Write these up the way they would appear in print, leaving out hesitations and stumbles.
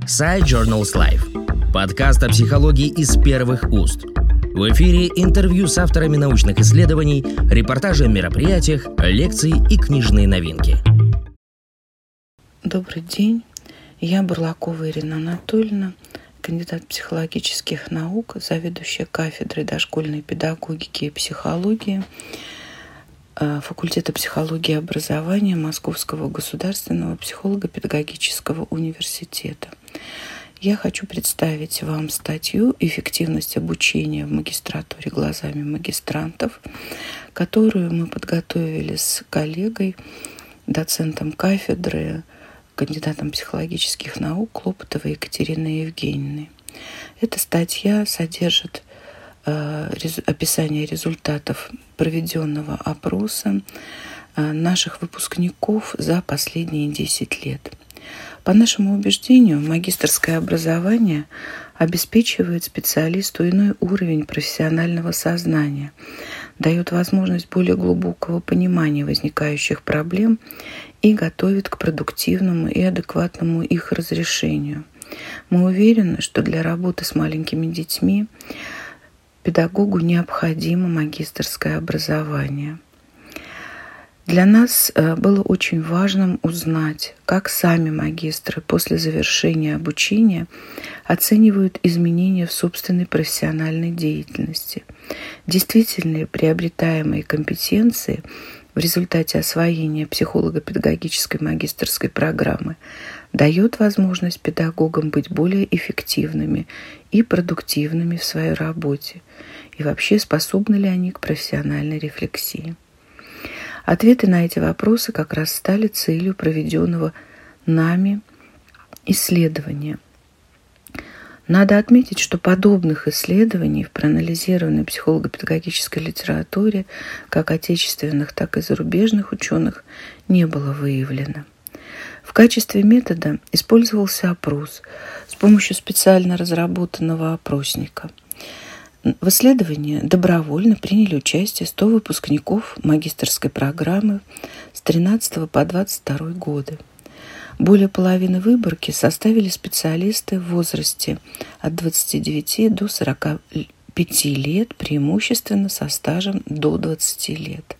Sci Journals Life. Подкаст о психологии из первых уст. В эфире интервью с авторами научных исследований, репортажи о мероприятиях, лекции и книжные новинки. Добрый день. Я Бурлакова Ирина Анатольевна, кандидат психологических наук, заведующая кафедрой дошкольной педагогики и психологии факультета психологии и образования Московского государственного психолого-педагогического университета. Я хочу представить вам статью «Эффективность обучения в магистратуре глазами магистрантов», которую мы подготовили с коллегой, доцентом кафедры, кандидатом психологических наук Клопотовой Екатериной Евгеньевной. Эта статья содержит описание результатов проведенного опроса наших выпускников за последние 10 лет. По нашему убеждению, магистерское образование обеспечивает специалисту иной уровень профессионального сознания, дает возможность более глубокого понимания возникающих проблем и готовит к продуктивному и адекватному их разрешению. Мы уверены, что для работы с маленькими детьми педагогу необходимо магистерское образование. Для нас было очень важным узнать, как сами магистры после завершения обучения оценивают изменения в собственной профессиональной деятельности. Действительно ли приобретаемые компетенции в результате освоения психолого-педагогической магистерской программы дает возможность педагогам быть более эффективными и продуктивными в своей работе, и вообще способны ли они к профессиональной рефлексии. Ответы на эти вопросы как раз стали целью проведенного нами исследования. Надо отметить, что подобных исследований в проанализированной психолого-педагогической литературе как отечественных, так и зарубежных ученых не было выявлено. В качестве метода использовался опрос с помощью специально разработанного опросника. В исследовании добровольно приняли участие 100 выпускников магистерской программы с 13 по 22 годы. Более половины выборки составили специалисты в возрасте от 29 до 45 лет, преимущественно со стажем до 20 лет.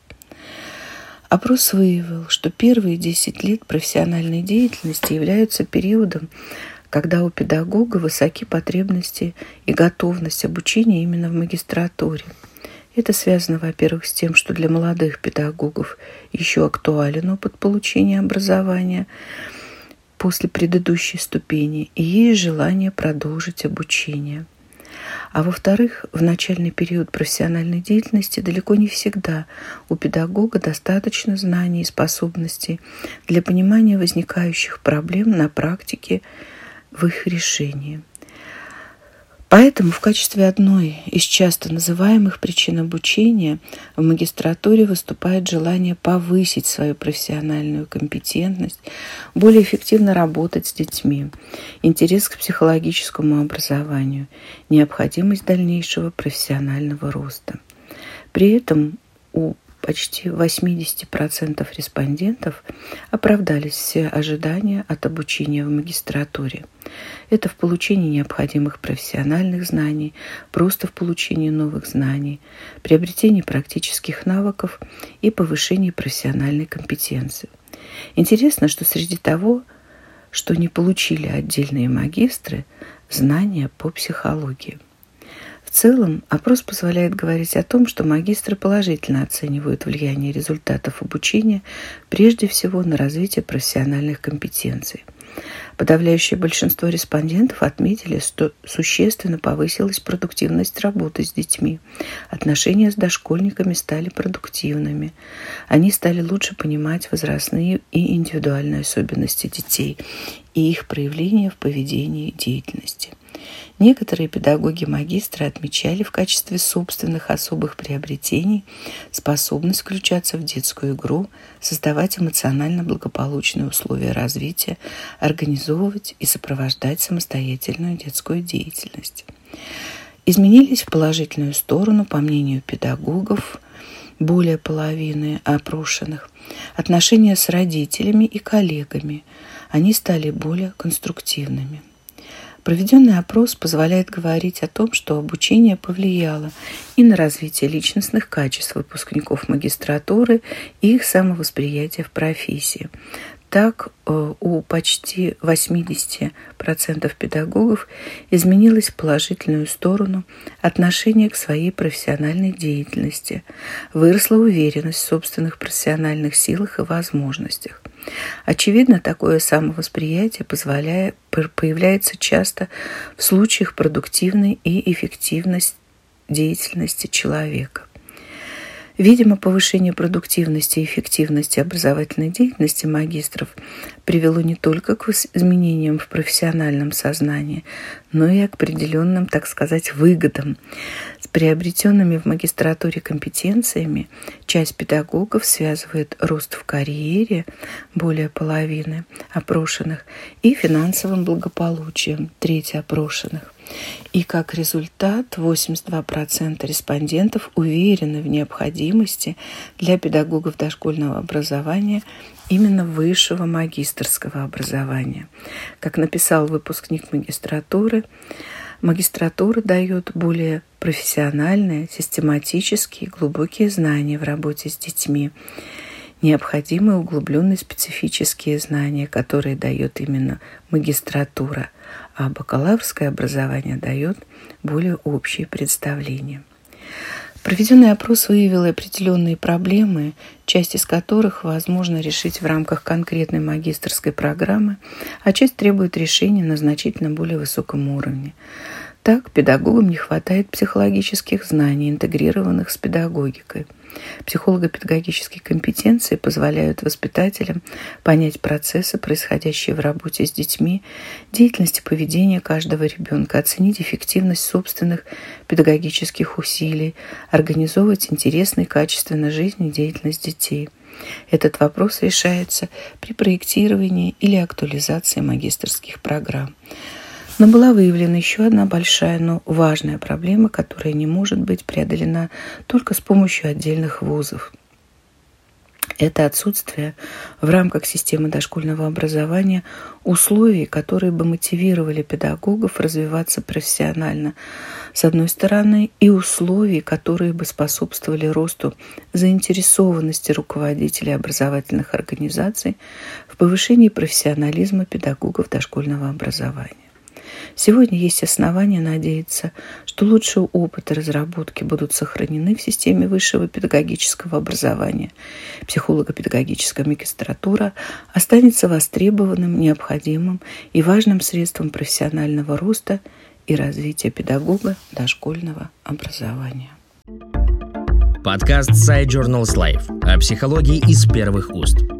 Опрос выявил, что первые 10 лет профессиональной деятельности являются периодом, когда у педагога высоки потребности и готовность обучения именно в магистратуре. Это связано, во-первых, с тем, что для молодых педагогов еще актуален опыт получения образования после предыдущей ступени и есть желание продолжить обучение. А во-вторых, в начальный период профессиональной деятельности далеко не всегда у педагога достаточно знаний и способностей для понимания возникающих проблем на практике в их решении. Поэтому в качестве одной из часто называемых причин обучения в магистратуре выступает желание повысить свою профессиональную компетентность, более эффективно работать с детьми, интерес к психологическому образованию, необходимость дальнейшего профессионального роста. При этом у почти 80% респондентов оправдались все ожидания от обучения в магистратуре. Это в получении необходимых профессиональных знаний, просто в получении новых знаний, приобретении практических навыков и повышении профессиональной компетенции. Интересно, что среди того, что не получили отдельные магистры, знания по психологии. В целом, опрос позволяет говорить о том, что магистры положительно оценивают влияние результатов обучения прежде всего на развитие профессиональных компетенций. Подавляющее большинство респондентов отметили, что существенно повысилась продуктивность работы с детьми. Отношения с дошкольниками стали продуктивными. Они стали лучше понимать возрастные и индивидуальные особенности детей и их проявления в поведении и деятельности. Некоторые педагоги-магистры отмечали в качестве собственных особых приобретений способность включаться в детскую игру, создавать эмоционально благополучные условия развития, организовывать и сопровождать самостоятельную детскую деятельность. Изменились в положительную сторону, по мнению педагогов, более половины опрошенных, отношения с родителями и коллегами. Они стали более конструктивными. Проведенный опрос позволяет говорить о том, что обучение повлияло и на развитие личностных качеств выпускников магистратуры и их самовосприятие в профессии. Так, у почти 80% педагогов изменилось в положительную сторону отношение к своей профессиональной деятельности, выросла уверенность в собственных профессиональных силах и возможностях. Очевидно, такое самовосприятие появляется часто в случаях продуктивной и эффективной деятельности человека. Видимо, повышение продуктивности и эффективности образовательной деятельности магистров привело не только к изменениям в профессиональном сознании, но и к определенным, так сказать, выгодам. С приобретенными в магистратуре компетенциями часть педагогов связывает рост в карьере, более половины опрошенных, и финансовым благополучием, треть опрошенных. И как результат 82% респондентов уверены в необходимости для педагогов дошкольного образования именно высшего магистерского образования. Как написал выпускник магистратура дает более профессиональные, систематические, глубокие знания в работе с детьми, необходимые углубленные специфические знания, которые дает именно магистратура, а бакалаврское образование дает более общие представления. Проведенный опрос выявил определенные проблемы, часть из которых возможно решить в рамках конкретной магистерской программы, а часть требует решения на значительно более высоком уровне. Так, педагогам не хватает психологических знаний, интегрированных с педагогикой. Психолого-педагогические компетенции позволяют воспитателям понять процессы, происходящие в работе с детьми, деятельность и поведение каждого ребенка, оценить эффективность собственных педагогических усилий, организовывать интересную и качественную жизнь и деятельность детей. Этот вопрос решается при проектировании или актуализации магистерских программ. Но была выявлена еще одна большая, но важная проблема, которая не может быть преодолена только с помощью отдельных вузов. Это отсутствие в рамках системы дошкольного образования условий, которые бы мотивировали педагогов развиваться профессионально, с одной стороны, и условий, которые бы способствовали росту заинтересованности руководителей образовательных организаций в повышении профессионализма педагогов дошкольного образования. Сегодня есть основания надеяться, что лучшие опыты разработки будут сохранены в системе высшего педагогического образования. Психолого-педагогическая магистратура останется востребованным, необходимым и важным средством профессионального роста и развития педагога дошкольного образования. Подкаст Side Journals Life о психологии из первых уст.